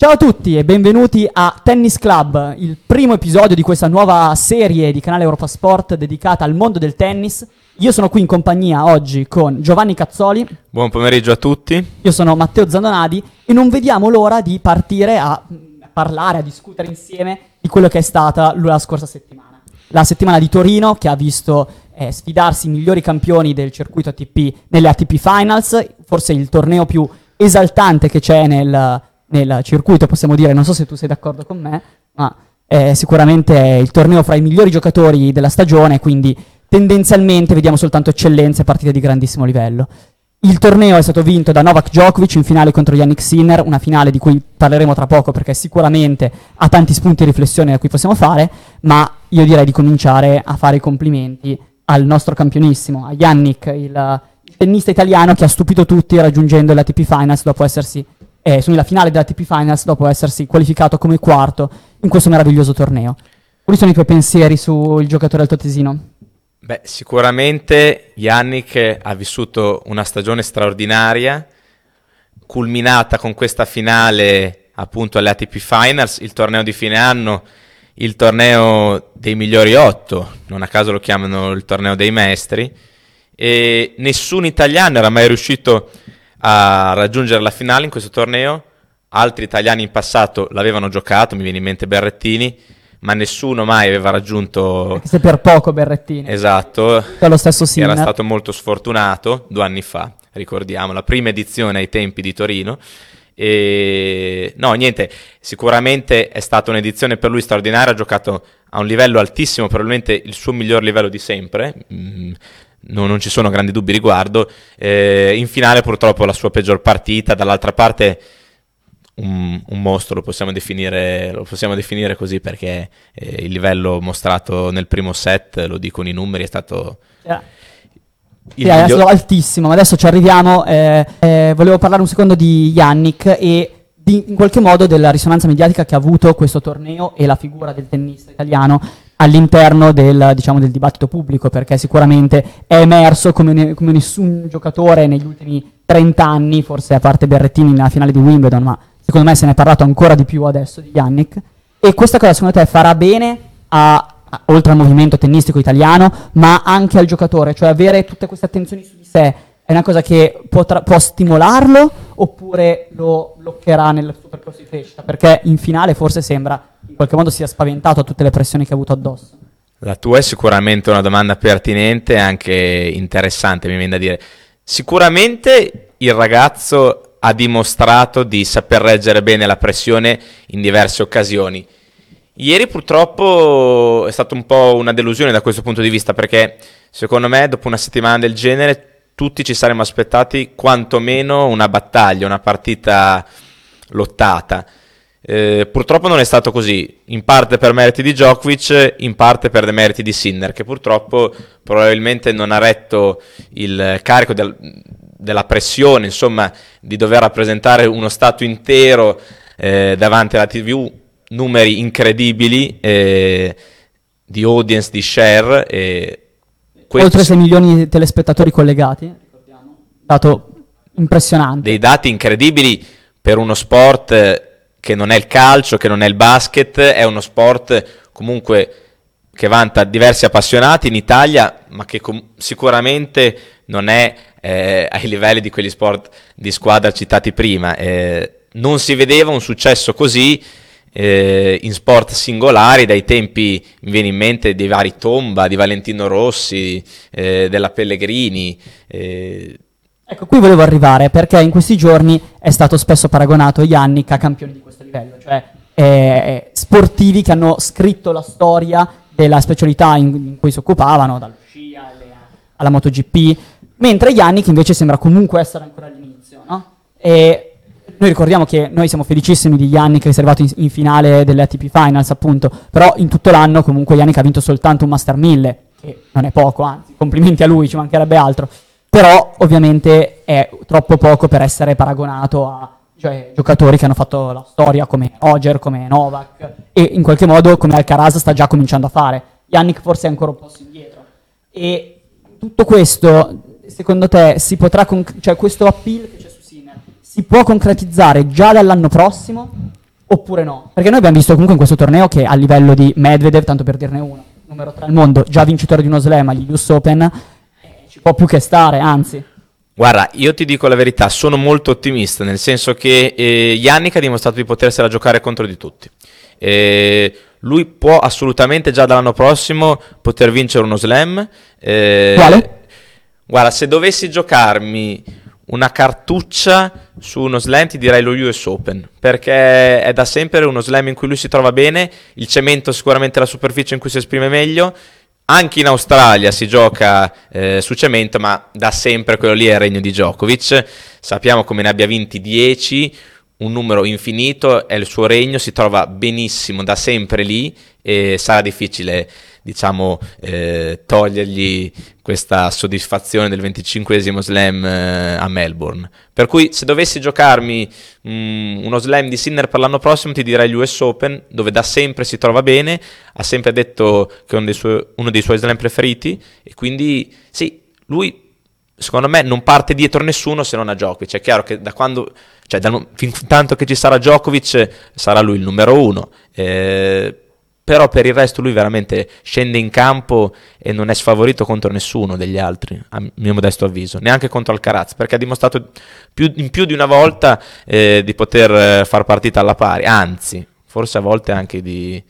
Ciao a tutti e benvenuti a Tennis Club, il primo episodio di questa nuova serie di canale Europa Sport dedicata al mondo del tennis. Io sono qui in compagnia oggi con Giovanni Cazzoli. Buon pomeriggio a tutti. Io sono Matteo Zandonadi e non vediamo l'ora di partire a parlare, a discutere insieme di quello che è stata la scorsa settimana. La settimana di Torino che ha visto sfidarsi i migliori campioni del circuito ATP nelle ATP Finals, forse il torneo più esaltante che c'è nel circuito, possiamo dire. Non so se tu sei d'accordo con me, ma sicuramente è il torneo fra i migliori giocatori della stagione, quindi tendenzialmente vediamo soltanto eccellenze e partite di grandissimo livello. Il torneo è stato vinto da Novak Djokovic in finale contro Jannik Sinner, una finale di cui parleremo tra poco perché sicuramente ha tanti spunti di riflessione da cui possiamo fare, ma io direi di cominciare a fare i complimenti al nostro campionissimo, a Jannik, il tennista italiano che ha stupito tutti raggiungendo l'ATP Finals dopo essersi sulla finale dell'ATP Finals dopo essersi qualificato come quarto in questo meraviglioso torneo. Quali sono i tuoi pensieri sul giocatore altoatesino? Beh, sicuramente Jannik ha vissuto una stagione straordinaria, culminata con questa finale appunto alle ATP Finals, il torneo di fine anno, il torneo dei migliori 8, non a caso lo chiamano il torneo dei maestri, e nessun italiano era mai riuscito a raggiungere la finale in questo torneo. Altri italiani in passato l'avevano giocato, mi viene in mente Berrettini, ma nessuno mai aveva raggiunto... Anche se per poco Berrettini. Esatto. Lo stesso Sinner. Era stato molto sfortunato 2 anni fa, ricordiamo, la prima edizione ai tempi di Torino. E no, niente, sicuramente è stata un'edizione per lui straordinaria, ha giocato a un livello altissimo, probabilmente il suo miglior livello di sempre. Non ci sono grandi dubbi riguardo. In finale purtroppo la sua peggior partita, dall'altra parte un mostro, lo possiamo definire così, perché il livello mostrato nel primo set, lo dicono i numeri, è stato è stato altissimo, ma adesso ci arriviamo. Volevo parlare un secondo di Jannik e in qualche modo della risonanza mediatica che ha avuto questo torneo e la figura del tennista italiano all'interno del dibattito pubblico, perché sicuramente è emerso come nessun giocatore negli ultimi 30 anni, forse a parte Berrettini nella finale di Wimbledon, ma secondo me se ne è parlato ancora di più adesso di Jannik. E questa cosa secondo te farà bene oltre al movimento tennistico italiano, ma anche al giocatore, cioè avere tutte queste attenzioni su di sé è una cosa che può stimolarlo oppure lo bloccherà nel suo percorso di crescita? Perché in finale forse sembra in qualche modo sia spaventato a tutte le pressioni che ha avuto addosso. La tua è sicuramente una domanda pertinente e anche interessante, mi viene da dire. Sicuramente il ragazzo ha dimostrato di saper reggere bene la pressione in diverse occasioni. Ieri purtroppo è stata un po' una delusione da questo punto di vista, perché secondo me dopo una settimana del genere tutti ci saremmo aspettati quantomeno una battaglia, una partita lottata. Purtroppo non è stato così, in parte per meriti di Djokovic, in parte per demeriti di Sinner, che purtroppo probabilmente non ha retto il carico della pressione, insomma, di dover rappresentare uno stato intero davanti alla TV, numeri incredibili di audience, di share. Oltre 6 milioni di telespettatori collegati, ricordiamo, dato impressionante. Dei dati incredibili per uno sport che non è il calcio, che non è il basket, è uno sport comunque che vanta diversi appassionati in Italia, ma che sicuramente non è ai livelli di quegli sport di squadra citati prima. Non si vedeva un successo così in sport singolari dai tempi, mi viene in mente, dei vari Tomba, di Valentino Rossi, della Pellegrini. Ecco, qui volevo arrivare, perché in questi giorni è stato spesso paragonato Jannik a campioni di questo livello, cioè sportivi che hanno scritto la storia della specialità in cui si occupavano, dallo sci alla MotoGP, mentre Jannik invece sembra comunque essere ancora all'inizio, no? E noi ricordiamo che noi siamo felicissimi di Jannik riservato in finale delle ATP Finals, appunto, però in tutto l'anno comunque Jannik ha vinto soltanto un Master 1000, che non è poco, anzi, complimenti a lui, ci mancherebbe altro. Però ovviamente è troppo poco per essere paragonato a giocatori che hanno fatto la storia come Roger, come Novak e in qualche modo come Alcaraz sta già cominciando a fare. Jannik forse è ancora un po' indietro. E tutto questo, secondo te, si potrà questo appeal che c'è su Sinner si può concretizzare già dall'anno prossimo? oppure no? Perché noi abbiamo visto comunque in questo torneo che a livello di Medvedev, tanto per dirne uno, numero 3 al mondo, già vincitore di uno slam agli US Open, ci può più che stare, anzi. Guarda, io ti dico la verità, sono molto ottimista, nel senso che Jannik ha dimostrato di potersela giocare contro di tutti. Lui può assolutamente già dall'anno prossimo poter vincere uno slam. Quale? Guarda, se dovessi giocarmi una cartuccia su uno slam ti direi lo US Open, perché è da sempre uno slam in cui lui si trova bene, il cemento sicuramente è la superficie in cui si esprime meglio. Anche in Australia si gioca su cemento, ma da sempre quello lì è il regno di Djokovic. Sappiamo come ne abbia vinti 10, un numero infinito, è il suo regno, si trova benissimo da sempre lì e sarà difficile, diciamo, togliergli questa soddisfazione del 25esimo slam a Melbourne. Per cui se dovessi giocarmi uno slam di Sinner per l'anno prossimo ti direi gli US Open, dove da sempre si trova bene, ha sempre detto che è uno dei suoi slam preferiti e quindi sì, lui secondo me non parte dietro nessuno se non a Djokovic. È chiaro che da quando, cioè fin tanto che ci sarà Djokovic sarà lui il numero uno, però per il resto lui veramente scende in campo e non è sfavorito contro nessuno degli altri, a mio modesto avviso, neanche contro Alcaraz, perché ha dimostrato in più di una volta di poter far partita alla pari, anzi forse a volte anche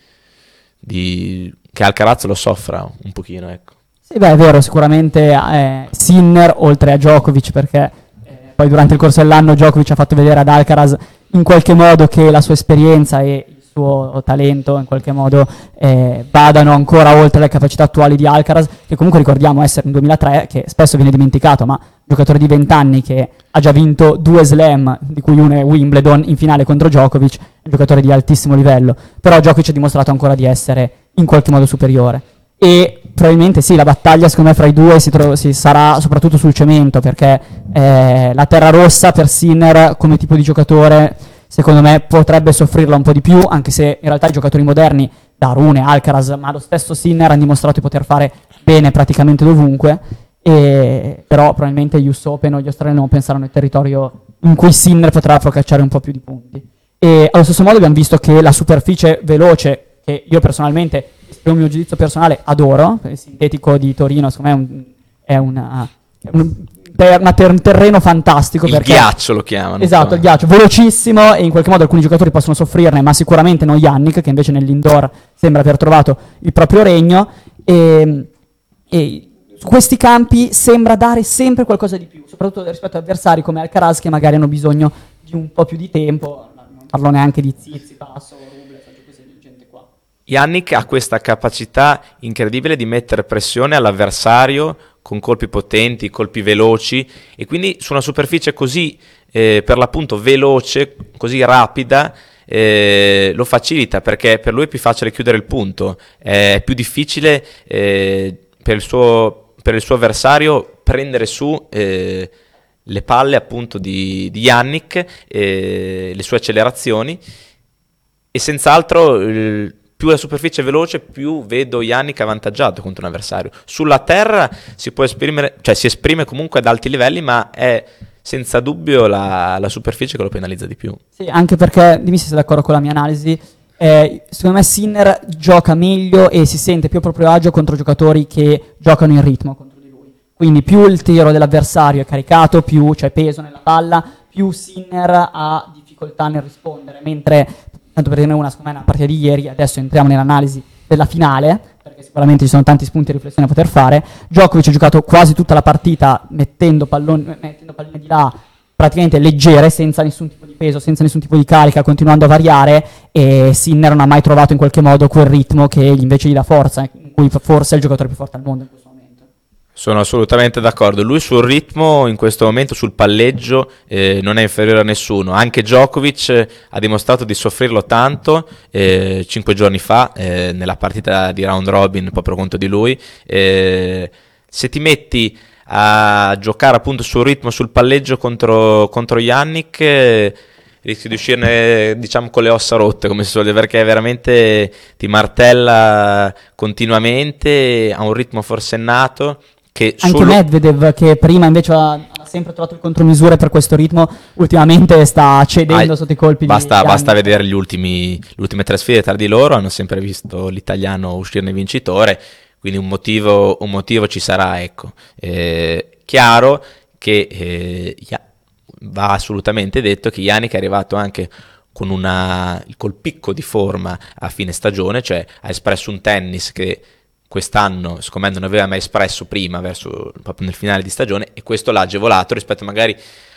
che Alcaraz lo soffra un pochino, ecco. Sì, beh, è vero, sicuramente Sinner, oltre a Djokovic, perché poi durante il corso dell'anno Djokovic ha fatto vedere ad Alcaraz in qualche modo che la sua esperienza e il suo talento in qualche modo vadano ancora oltre le capacità attuali di Alcaraz, che comunque ricordiamo essere un 2003, che spesso viene dimenticato, ma giocatore di 20 anni che ha già vinto 2 slam, di cui uno è Wimbledon, in finale contro Djokovic, un giocatore di altissimo livello, però Djokovic ha dimostrato ancora di essere in qualche modo superiore. E probabilmente sì, la battaglia secondo me fra i due si sarà soprattutto sul cemento, perché la terra rossa per Sinner come tipo di giocatore secondo me potrebbe soffrirla un po' di più, anche se in realtà i giocatori moderni, da Rune, Alcaraz, ma lo stesso Sinner hanno dimostrato di poter fare bene praticamente dovunque, però probabilmente gli US Open o gli Australian Open saranno il territorio in cui Sinner potrà procacciare un po' più di punti. E allo stesso modo abbiamo visto che la superficie veloce, che io personalmente, per un mio giudizio personale, adoro, il sintetico di Torino secondo me è un terreno fantastico. Il ghiaccio lo chiamano. Esatto, qua. Il ghiaccio, velocissimo, e in qualche modo alcuni giocatori possono soffrirne, ma sicuramente non Jannik, che invece nell'indoor sembra aver trovato il proprio regno, e su questi campi sembra dare sempre qualcosa di più, soprattutto rispetto ad avversari come Alcaraz, che magari hanno bisogno di un po' più di tempo. Non parlo neanche di Tsitsipas o Rublev, questa gente qua. Jannik ha questa capacità incredibile di mettere pressione all'avversario con colpi potenti, colpi veloci, e quindi su una superficie così per l'appunto veloce, così rapida, lo facilita, perché per lui è più facile chiudere il punto, è più difficile per il suo avversario prendere su le palle appunto di Jannik, le sue accelerazioni, e senz'altro più la superficie è veloce, più vedo Jannik avvantaggiato contro un avversario. Sulla terra si esprime comunque ad alti livelli, ma è senza dubbio la superficie che lo penalizza di più. Sì, anche perché, dimmi se sei d'accordo con la mia analisi, secondo me Sinner gioca meglio e si sente più a proprio agio contro giocatori che giocano in ritmo contro di lui. Quindi più il tiro dell'avversario è caricato, più c'è peso nella palla, più Sinner ha difficoltà nel rispondere, mentre, tanto per dire una, secondo me, una partita di ieri, adesso entriamo nell'analisi della finale, perché sicuramente ci sono tanti spunti di riflessione da poter fare. Djokovic ha giocato quasi tutta la partita mettendo palline di là praticamente leggere, senza nessun tipo di peso, senza nessun tipo di carica, continuando a variare, e Sinner non ha mai trovato in qualche modo quel ritmo che invece gli dà forza, in cui forse è il giocatore più forte al mondo in questo momento. Sono assolutamente d'accordo. Lui sul ritmo in questo momento, sul palleggio, non è inferiore a nessuno. Anche Djokovic ha dimostrato di soffrirlo tanto 5 giorni fa nella partita di round robin, proprio contro di lui. Se ti metti a giocare appunto sul ritmo, sul palleggio contro Jannik, rischi di uscirne, diciamo, con le ossa rotte, come si suol dire, perché veramente ti martella continuamente, ha un ritmo forsennato che Anche Medvedev, che prima invece ha sempre trovato le contromisure per questo ritmo, ultimamente sta cedendo sotto i colpi basta vedere le ultime 3 sfide tra di loro, hanno sempre visto l'italiano uscirne vincitore, quindi un motivo ci sarà, ecco. Chiaro che va assolutamente detto che Jannik è arrivato anche col picco di forma a fine stagione, cioè ha espresso un tennis che quest'anno secondo me non aveva mai espresso prima, proprio nel finale di stagione, e questo l'ha agevolato rispetto magari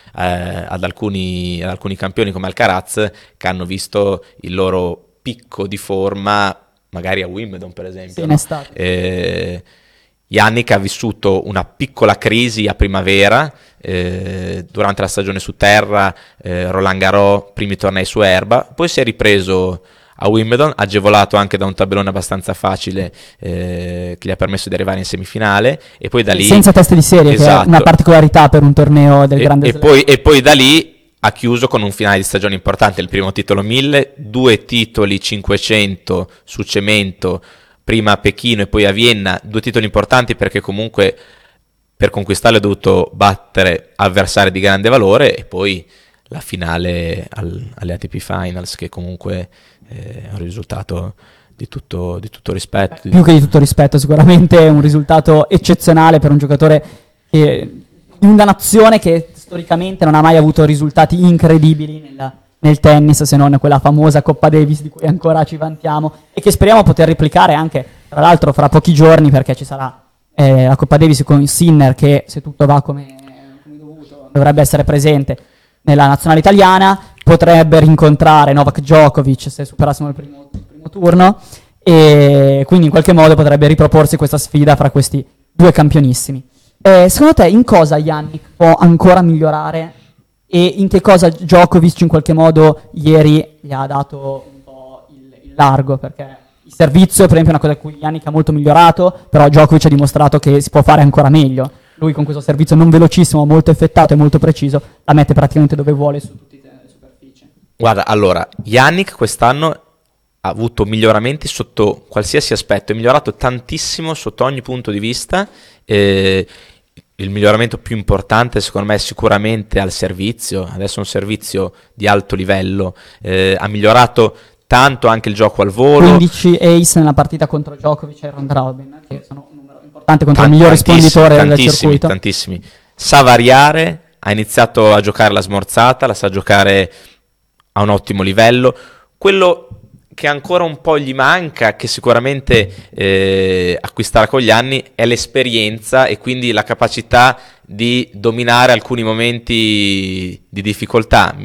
ad alcuni campioni come Alcaraz, che hanno visto il loro picco di forma magari a Wimbledon, per esempio. Sì, in estate. Jannik ha vissuto una piccola crisi a primavera durante la stagione su terra, Roland Garros, primi tornei su erba, poi si è ripreso a Wimbledon, agevolato anche da un tabellone abbastanza facile che gli ha permesso di arrivare in semifinale, e poi da lì senza teste di serie, esatto, che è una particolarità per un torneo del Grande Slam. E poi da lì ha chiuso con un finale di stagione importante, il primo titolo 1000, 2 titoli 500 su cemento, prima a Pechino e poi a Vienna, 2 titoli importanti perché comunque per conquistarlo ha dovuto battere avversari di grande valore, e poi la finale alle ATP Finals, che comunque è un risultato di tutto rispetto. Più che di tutto rispetto, sicuramente è un risultato eccezionale per un giocatore di una nazione che storicamente non ha mai avuto risultati incredibili nel tennis, se non quella famosa Coppa Davis di cui ancora ci vantiamo e che speriamo poter replicare anche, tra l'altro, fra pochi giorni, perché ci sarà la Coppa Davis con Sinner, che se tutto va come dovuto dovrebbe essere presente nella nazionale italiana, potrebbe rincontrare Novak Djokovic se superassimo il primo turno, e quindi in qualche modo potrebbe riproporsi questa sfida fra questi due campionissimi. Secondo te in cosa Jannik può ancora migliorare, e in che cosa Djokovic in qualche modo ieri gli ha dato un po' il largo? Perché il servizio, per esempio, è una cosa a cui Jannik ha molto migliorato, però Djokovic ha dimostrato che si può fare ancora meglio. Lui con questo servizio non velocissimo, molto effettato e molto preciso, la mette praticamente dove vuole su tutte le superfici. Guarda, allora, Jannik quest'anno ha avuto miglioramenti sotto qualsiasi aspetto, è migliorato tantissimo sotto ogni punto di vista. Il miglioramento più importante secondo me è sicuramente al servizio, adesso è un servizio di alto livello, ha migliorato tanto anche il gioco al volo. 15 ace nella partita contro Djokovic e Ronda Robin, che sono un numero importante contro il miglior risponditore del circuito. Tantissimi. Sa variare, ha iniziato a giocare la smorzata, la sa giocare a un ottimo livello. Quello che ancora un po' gli manca, che sicuramente acquistarà con gli anni, è l'esperienza e quindi la capacità di dominare alcuni momenti di difficoltà.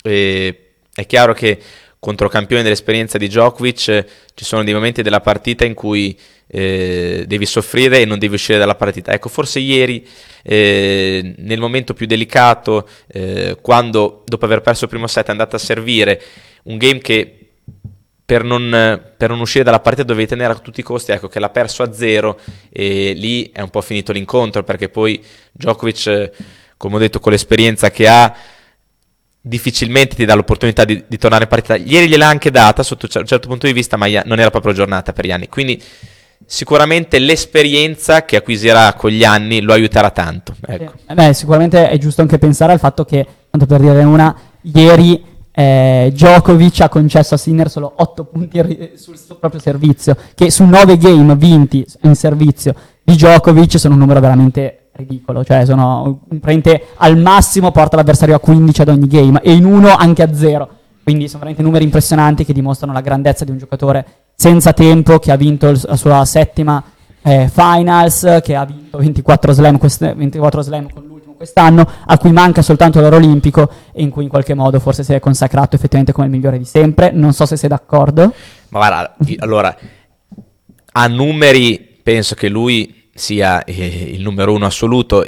È chiaro che contro campioni dell'esperienza di Djokovic ci sono dei momenti della partita in cui devi soffrire e non devi uscire dalla partita. Ecco, forse ieri nel momento più delicato, quando dopo aver perso il primo set è andato a servire un game che per non uscire dalla partita dovevi tenere a tutti i costi, ecco che l'ha perso a 0, e lì è un po' finito l'incontro, perché poi Djokovic, come ho detto, con l'esperienza che ha, difficilmente ti dà l'opportunità di tornare in partita. Ieri gliel'ha anche data sotto un certo punto di vista, ma non era proprio giornata per gli anni, quindi sicuramente l'esperienza che acquisirà con gli anni lo aiuterà tanto, ecco. Sicuramente è giusto anche pensare al fatto che, tanto per dire una, ieri Djokovic ha concesso a Sinner solo 8 punti sul suo proprio servizio, che su 9 game vinti in servizio di Djokovic sono un numero veramente ridicolo, cioè sono al massimo porta l'avversario a 15 ad ogni game e in uno anche a 0, quindi sono veramente numeri impressionanti che dimostrano la grandezza di un giocatore senza tempo, che ha vinto la sua 7ª finals, che ha vinto 24 slam con l'ultimo quest'anno, a cui manca soltanto l'oro olimpico e in cui in qualche modo forse si è consacrato effettivamente come il migliore di sempre. Non so se sei d'accordo. Ma guarda, allora, a numeri penso che lui sia il numero 1 assoluto.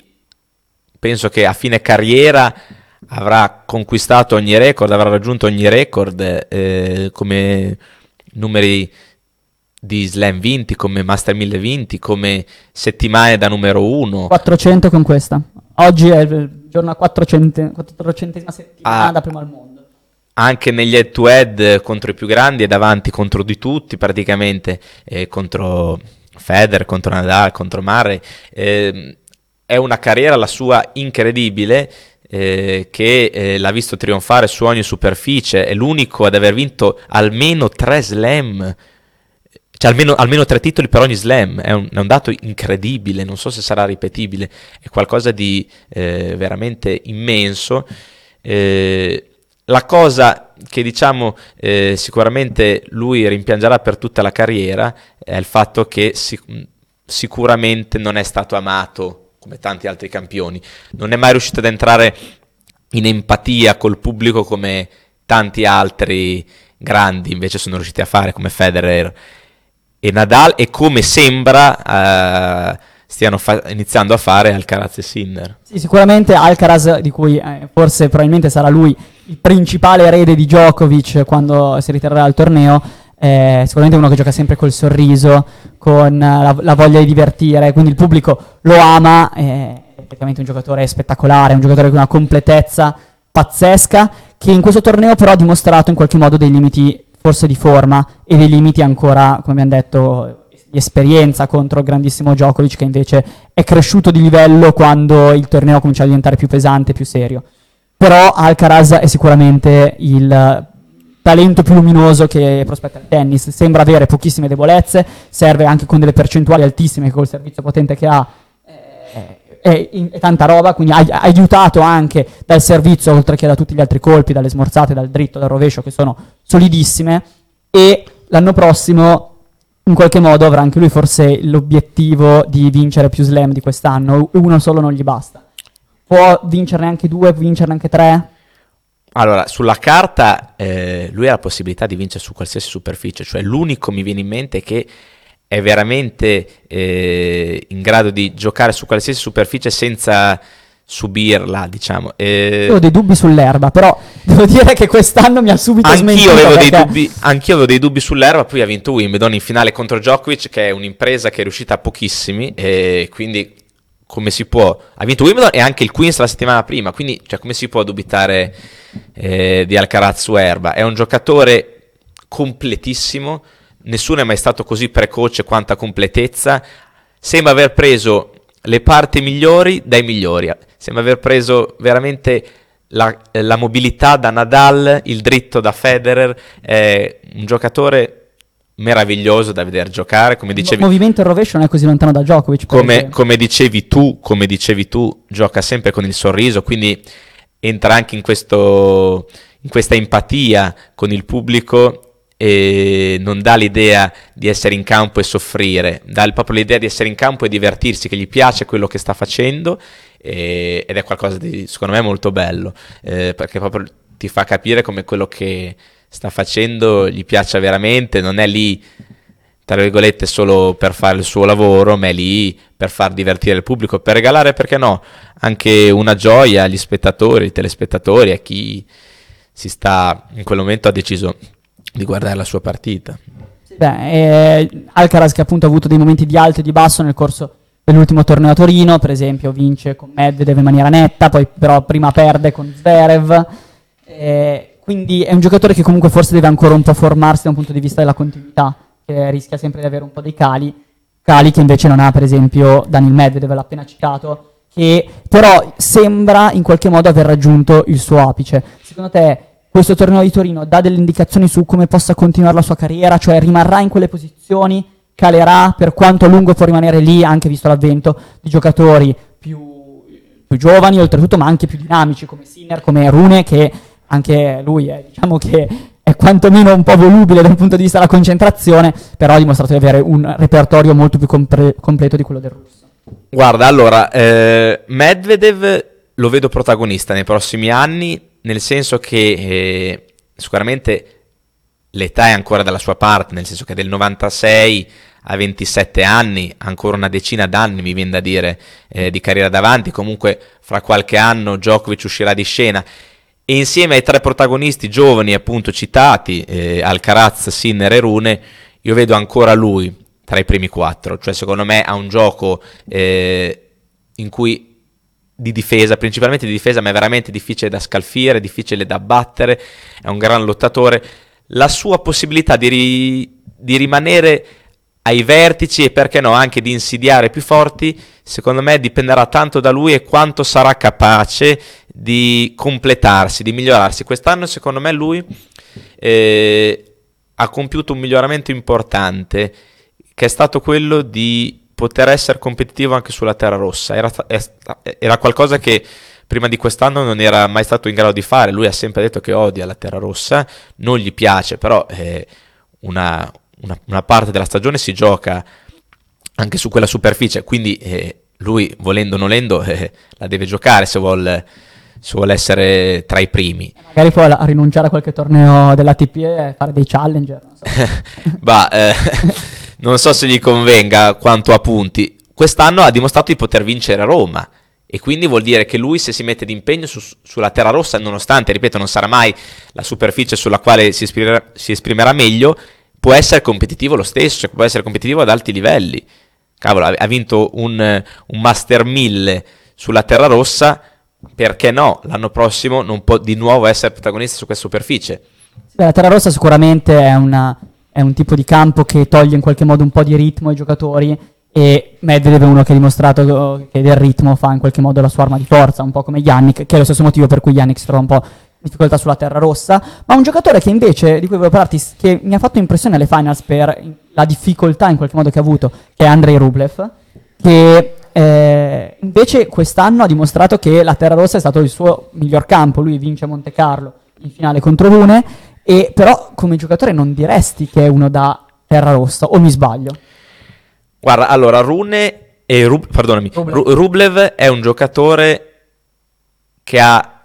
Penso che a fine carriera avrà conquistato ogni record, avrà raggiunto ogni record, come numeri di slam vinti, come Master 1000 vinti, come settimane da numero 1. 400 con questa. Oggi è il giorno 400esima settimana da primo al mondo. Anche negli head to head contro i più grandi è davanti contro di tutti praticamente, contro Federer, contro Nadal, contro Murray. È una carriera la sua incredibile, che l'ha visto trionfare su ogni superficie, è l'unico ad aver vinto almeno 3 slam, cioè almeno 3 titoli per ogni slam. È un dato incredibile, non so se sarà ripetibile, è qualcosa di veramente immenso. La cosa che diciamo sicuramente lui rimpiangerà per tutta la carriera è il fatto che sicuramente non è stato amato come tanti altri campioni, non è mai riuscito ad entrare in empatia col pubblico come tanti altri grandi invece sono riusciti a fare, come Federer e Nadal, e come sembra stiano iniziando a fare Alcaraz e Sinner. Sì, sicuramente Alcaraz, di cui forse probabilmente sarà lui il principale erede di Djokovic quando si ritirerà dal torneo, sicuramente uno che gioca sempre col sorriso, con la voglia di divertire, quindi il pubblico lo ama, è effettivamente un giocatore spettacolare, un giocatore con una completezza pazzesca, che in questo torneo però ha dimostrato in qualche modo dei limiti forse di forma e dei limiti ancora, come abbiamo detto, di esperienza contro il grandissimo Djokovic, che invece è cresciuto di livello quando il torneo ha cominciato a diventare più pesante, più serio. Però Alcaraz è sicuramente il talento più luminoso che prospetta il tennis, sembra avere pochissime debolezze, serve anche con delle percentuali altissime, che col servizio potente che ha è tanta roba, quindi ha aiutato anche dal servizio, oltre che da tutti gli altri colpi, dalle smorzate, dal dritto, dal rovescio, che sono solidissime, e l'anno prossimo in qualche modo avrà anche lui forse l'obiettivo di vincere più slam di quest'anno, uno solo non gli basta. Può vincerne anche 2, può vincerne anche 3? Allora, sulla carta lui ha la possibilità di vincere su qualsiasi superficie, cioè l'unico mi viene in mente che è veramente in grado di giocare su qualsiasi superficie senza subirla, diciamo. Io ho dei dubbi sull'erba, però devo dire che quest'anno mi ha subito smentito. Anch'io avevo dei dubbi sull'erba, poi ha vinto Wimbledon in finale contro Djokovic, che è un'impresa che è riuscita a pochissimi, e quindi come si può, ha vinto Wimbledon e anche il Queens la settimana prima, quindi cioè, come si può dubitare di Alcaraz su erba? È un giocatore completissimo, nessuno è mai stato così precoce quanta completezza, sembra aver preso le parti migliori dai migliori, sembra aver preso veramente la mobilità da Nadal, il dritto da Federer, è un giocatore meraviglioso da vedere giocare, come dicevi. Il movimento e il rovescio non è così lontano da Djokovic. Come dicevi tu, gioca sempre con il sorriso, quindi entra anche in questa empatia con il pubblico e non dà l'idea di essere in campo e soffrire, dà proprio l'idea di essere in campo e divertirsi, che gli piace quello che sta facendo, ed è qualcosa di, secondo me, molto bello, perché proprio ti fa capire come quello che sta facendo gli piaccia veramente, non è lì tra virgolette solo per fare il suo lavoro, ma è lì per far divertire il pubblico, per regalare, perché no, anche una gioia agli spettatori, ai telespettatori, a chi si sta in quel momento ha deciso di guardare la sua partita. Alcaraz, che appunto ha avuto dei momenti di alto e di basso nel corso dell'ultimo torneo a Torino, per esempio vince con Medvedev in maniera netta, poi però prima perde con Zverev, quindi è un giocatore che comunque forse deve ancora un po' formarsi da un punto di vista della continuità, che rischia sempre di avere un po' dei cali che invece non ha per esempio Daniil Medvedev, l'ha appena citato, che però sembra in qualche modo aver raggiunto il suo apice. Secondo te questo torneo di Torino dà delle indicazioni su come possa continuare la sua carriera, cioè rimarrà in quelle posizioni, calerà, per quanto a lungo può rimanere lì, anche visto l'avvento di giocatori più giovani oltretutto, ma anche più dinamici come Sinner, come Rune, che anche lui è, diciamo che è quantomeno un po' volubile dal punto di vista della concentrazione, però ha dimostrato di avere un repertorio molto più completo di quello del russo. Guarda, allora, Medvedev lo vedo protagonista nei prossimi anni, nel senso che sicuramente l'età è ancora dalla sua parte, nel senso che del 96 a 27 anni, ancora una decina d'anni mi viene da dire di carriera davanti, comunque fra qualche anno Djokovic uscirà di scena, e insieme ai 3 protagonisti giovani appunto citati, Alcaraz, Sinner e Rune, io vedo ancora lui tra i primi 4, cioè secondo me ha un gioco in cui di difesa, principalmente di difesa, ma è veramente difficile da scalfire, difficile da battere, è un gran lottatore. La sua possibilità di rimanere ai vertici e perché no anche di insidiare i più forti, secondo me dipenderà tanto da lui e quanto sarà capace di completarsi, di migliorarsi. Quest'anno secondo me lui ha compiuto un miglioramento importante, che è stato quello di poter essere competitivo anche sulla terra rossa. Era qualcosa che prima di quest'anno non era mai stato in grado di fare. Lui ha sempre detto che odia la terra rossa, non gli piace, però una parte della stagione si gioca anche su quella superficie, quindi lui, volendo o nolendo, la deve giocare se vuole essere tra i primi. Magari può rinunciare a qualche torneo dell'ATP e fare dei challenger, non so. Bah, non so se gli convenga quanto a punti. Quest'anno ha dimostrato di poter vincere a Roma, e quindi vuol dire che lui, se si mette d'impegno sulla terra rossa, nonostante, ripeto, non sarà mai la superficie sulla quale si esprimerà meglio, può essere competitivo lo stesso, cioè può essere competitivo ad alti livelli. Cavolo, ha vinto un Master 1000 sulla terra rossa, perché no? L'anno prossimo non può di nuovo essere protagonista su questa superficie. Beh, la terra rossa sicuramente è un tipo di campo che toglie in qualche modo un po' di ritmo ai giocatori, e Medvedev è uno che ha dimostrato che del ritmo fa in qualche modo la sua arma di forza, un po' come Yannick, che è lo stesso motivo per cui Yannick si trova un po' in difficoltà sulla terra rossa. Ma un giocatore che invece, di cui volevo parlarti, che mi ha fatto impressione alle finals per la difficoltà in qualche modo che ha avuto, che è Andrei Rublev, che invece quest'anno ha dimostrato che la terra rossa è stato il suo miglior campo. Lui vince a Monte Carlo in finale contro Rune, e però come giocatore non diresti che è uno da terra rossa, o mi sbaglio? Guarda, allora Rublev è un giocatore che ha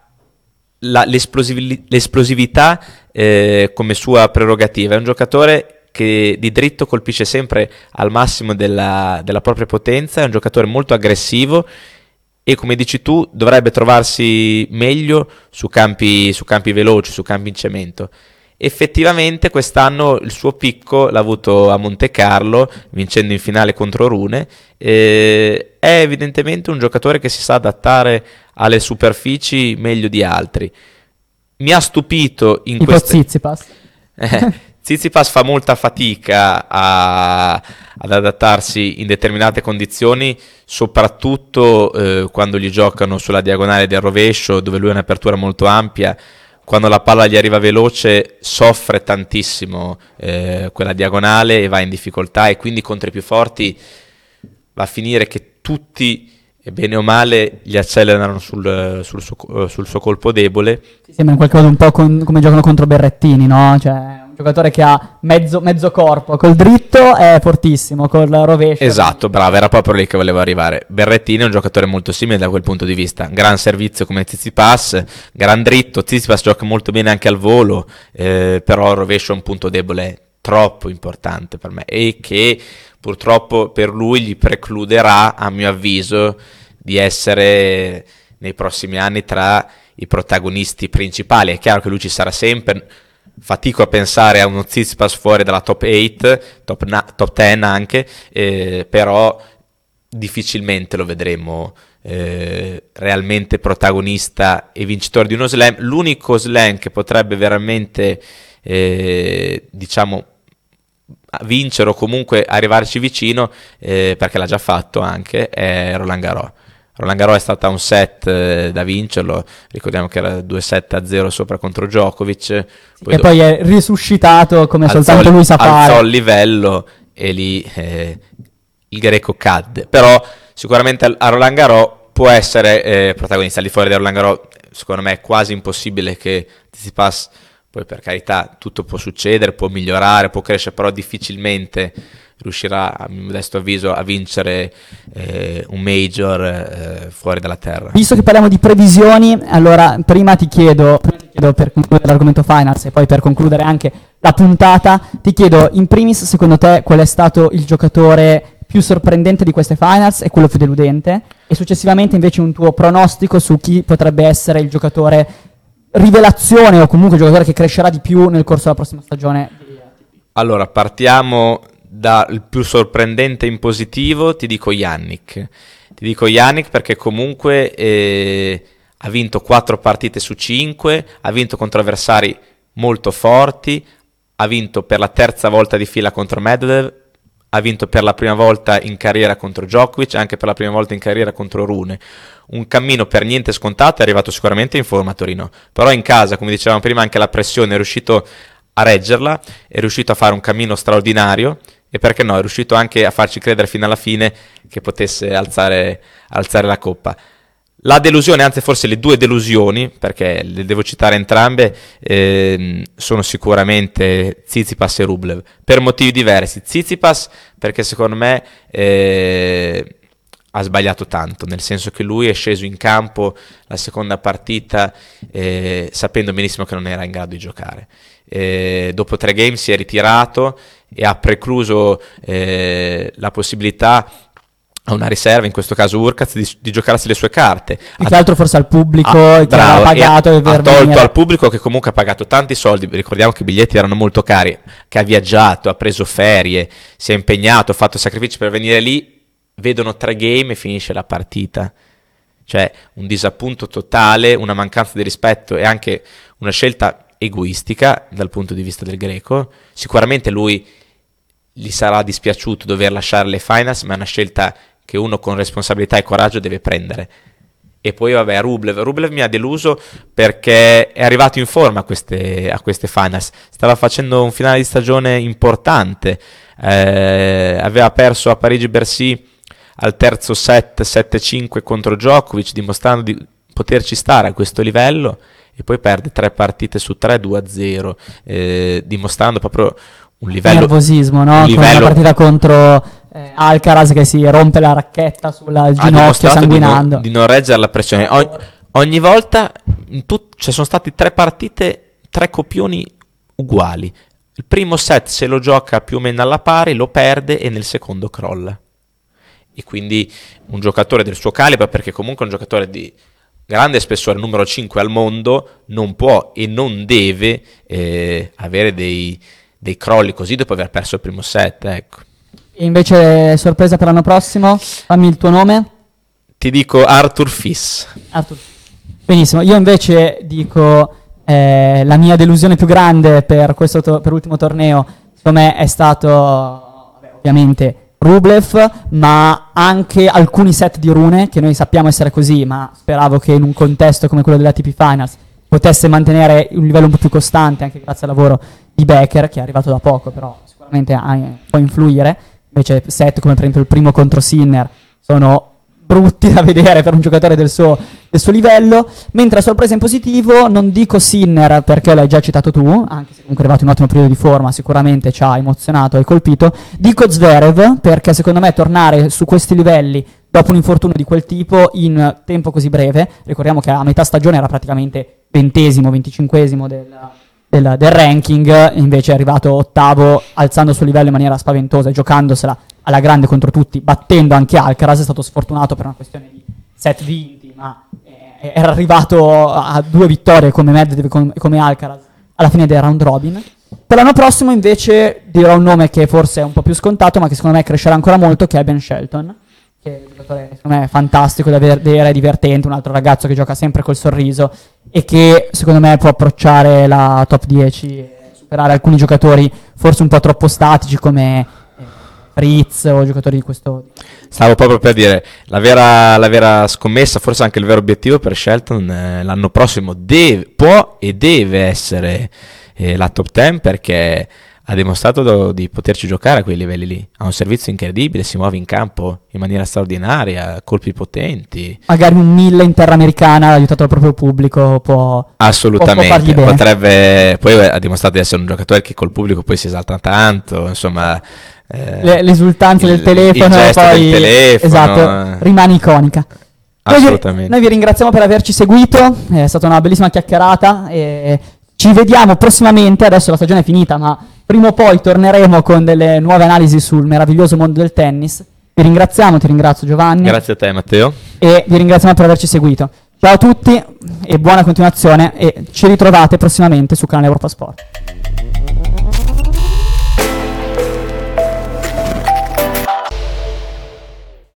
l'esplosività come sua prerogativa. È un giocatore che di dritto colpisce sempre al massimo della propria potenza, è un giocatore molto aggressivo e, come dici tu, dovrebbe trovarsi meglio su campi veloci, su campi in cemento. Effettivamente quest'anno il suo picco l'ha avuto a Monte Carlo, vincendo in finale contro Rune. È evidentemente un giocatore che si sa adattare alle superfici meglio di altri. Mi ha stupito in tipo Tsitsipas. Tsitsipas fa molta fatica ad adattarsi in determinate condizioni, soprattutto quando gli giocano sulla diagonale del rovescio, dove lui ha un'apertura molto ampia. Quando la palla gli arriva veloce soffre tantissimo quella diagonale e va in difficoltà, e quindi contro i più forti va a finire che tutti, bene o male, gli accelerano sul suo colpo debole. Sembra in qualche modo un po' come giocano contro Berrettini, no? Cioè un giocatore che ha mezzo corpo, col dritto è fortissimo, col rovescio. Esatto, bravo, era proprio lì che volevo arrivare. Berrettini è un giocatore molto simile da quel punto di vista, gran servizio come Tsitsipas, gran dritto. Tsitsipas gioca molto bene anche al volo, però il rovescio è un punto debole troppo importante per me, e che purtroppo per lui gli precluderà, a mio avviso, di essere nei prossimi anni tra i protagonisti principali. È chiaro che lui ci sarà sempre. Fatico a pensare a uno Tsitsipas fuori dalla top 8, top 10 anche, però difficilmente lo vedremo realmente protagonista e vincitore di uno slam. L'unico slam che potrebbe veramente diciamo vincere o comunque arrivarci vicino, perché l'ha già fatto anche, è Roland Garros. Roland Garros è stata un set da vincerlo, ricordiamo che era 2-7-0 sopra contro Djokovic, poi è risuscitato come soltanto lui sa fare. Alzò il livello e lì il greco cadde. Però sicuramente a Roland Garros può essere protagonista. Al di fuori di Roland Garros secondo me è quasi impossibile che Tsitsipas, poi per carità tutto può succedere, può migliorare, può crescere, però difficilmente riuscirà, a mio modesto avviso, a vincere un major fuori dalla terra. Visto che parliamo di previsioni, allora prima ti chiedo per concludere l'argomento finals e poi per concludere anche la puntata, ti chiedo in primis, secondo te, qual è stato il giocatore più sorprendente di queste finals e quello più deludente, e successivamente invece un tuo pronostico su chi potrebbe essere il giocatore rivelazione o comunque il giocatore che crescerà di più nel corso della prossima stagione. Allora, partiamo dal più sorprendente in positivo. Ti dico Yannick perché comunque ha vinto 4 partite su 5, ha vinto contro avversari molto forti, ha vinto per la terza volta di fila contro Medvedev, ha vinto per la prima volta in carriera contro Djokovic, anche per la prima volta in carriera contro Rune. Un cammino per niente scontato, è arrivato sicuramente in forma a Torino, però in casa, come dicevamo prima, anche la pressione è riuscito a reggerla, è riuscito a fare un cammino straordinario e perché no, è riuscito anche a farci credere fino alla fine che potesse alzare la coppa. La delusione, anzi forse le due delusioni, perché le devo citare entrambe, sono sicuramente Tsitsipas e Rublev, per motivi diversi. Tsitsipas perché secondo me ha sbagliato tanto, nel senso che lui è sceso in campo la seconda partita sapendo benissimo che non era in grado di giocare. Dopo 3 game si è ritirato e ha precluso la possibilità a una riserva, in questo caso Urkaz, di giocarsi le sue carte. Più che altro forse al pubblico che ha pagato ha tolto al pubblico che comunque ha pagato tanti soldi, ricordiamo che i biglietti erano molto cari, che ha viaggiato, ha preso ferie, si è impegnato, ha fatto sacrifici per venire lì, vedono 3 game e finisce la partita. Cioè un disappunto totale, una mancanza di rispetto e anche una scelta egoistica dal punto di vista del greco. Sicuramente lui gli sarà dispiaciuto dover lasciare le finals, ma è una scelta che uno con responsabilità e coraggio deve prendere. E poi vabbè, Rublev mi ha deluso perché è arrivato in forma a queste finals, stava facendo un finale di stagione importante, aveva perso a Parigi-Bercy al terzo set 7-5 contro Djokovic, dimostrando di poterci stare a questo livello, e poi perde 3 partite su 3, 2-0, dimostrando proprio un livello nervosismo, no? Come la partita contro Alcaraz che si rompe la racchetta sul ginocchio sanguinando. Di non reggere la pressione. Ogni volta cioè sono stati 3 partite, 3 copioni uguali. Il primo set se lo gioca più o meno alla pari, lo perde e nel secondo crolla. E quindi un giocatore del suo calibro, perché comunque è un giocatore di grande spessore, numero 5 al mondo, non può e non deve avere dei crolli così dopo aver perso il primo set, ecco. E invece sorpresa per l'anno prossimo? Fammi il tuo nome. Ti dico Arthur Fils. Benissimo, io invece dico la mia delusione più grande per questo per l'ultimo torneo, secondo me è stato ovviamente Rublev, ma anche alcuni set di Rune, che noi sappiamo essere così, ma speravo che in un contesto come quello della ATP Finals potesse mantenere un livello un po' più costante, anche grazie al lavoro di Becker, che è arrivato da poco, però sicuramente può influire. Invece set come per esempio il primo contro Sinner sono brutti da vedere per un giocatore del suo livello, mentre a sorpresa in positivo non dico Sinner perché l'hai già citato tu, anche se comunque è arrivato in un ottimo periodo di forma, sicuramente ci ha emozionato e colpito. Dico Zverev perché secondo me tornare su questi livelli dopo un infortunio di quel tipo in tempo così breve, ricordiamo che a metà stagione era praticamente 20esimo, 25esimo del ranking, invece è arrivato 8º, alzando il suo livello in maniera spaventosa e giocandosela alla grande contro tutti, battendo anche Alcaraz. È stato sfortunato per una questione di set vinti, ma era arrivato a 2 vittorie come Medvedev e come Alcaraz alla fine del round robin. Per l'anno prossimo invece dirò un nome che forse è un po' più scontato, ma che secondo me crescerà ancora molto, che è Ben Shelton, che è un giocatore secondo me fantastico da vedere, divertente, un altro ragazzo che gioca sempre col sorriso e che secondo me può approcciare la top 10 e superare alcuni giocatori forse un po' troppo statici come Fritz o giocatori di questo. Stavo proprio per dire, la vera scommessa, forse anche il vero obiettivo per Shelton l'anno prossimo può e deve essere la top 10, perché ha dimostrato di poterci giocare a quei livelli lì, ha un servizio incredibile, si muove in campo in maniera straordinaria, colpi potenti. Magari un 1000 in terra americana aiutato dal proprio pubblico può assolutamente, può potrebbe, poi ha dimostrato di essere un giocatore che col pubblico poi si esalta tanto, insomma l'esultanza del telefono, il gesto poi del telefono, esatto, rimane iconica. Assolutamente. Noi vi ringraziamo per averci seguito, è stata una bellissima chiacchierata e ci vediamo prossimamente. Adesso la stagione è finita, ma prima o poi torneremo con delle nuove analisi sul meraviglioso mondo del tennis. Vi ringraziamo, ti ringrazio Giovanni. Grazie a te Matteo. E vi ringraziamo per averci seguito. Ciao a tutti e buona continuazione, e ci ritrovate prossimamente sul canale Europa Sport.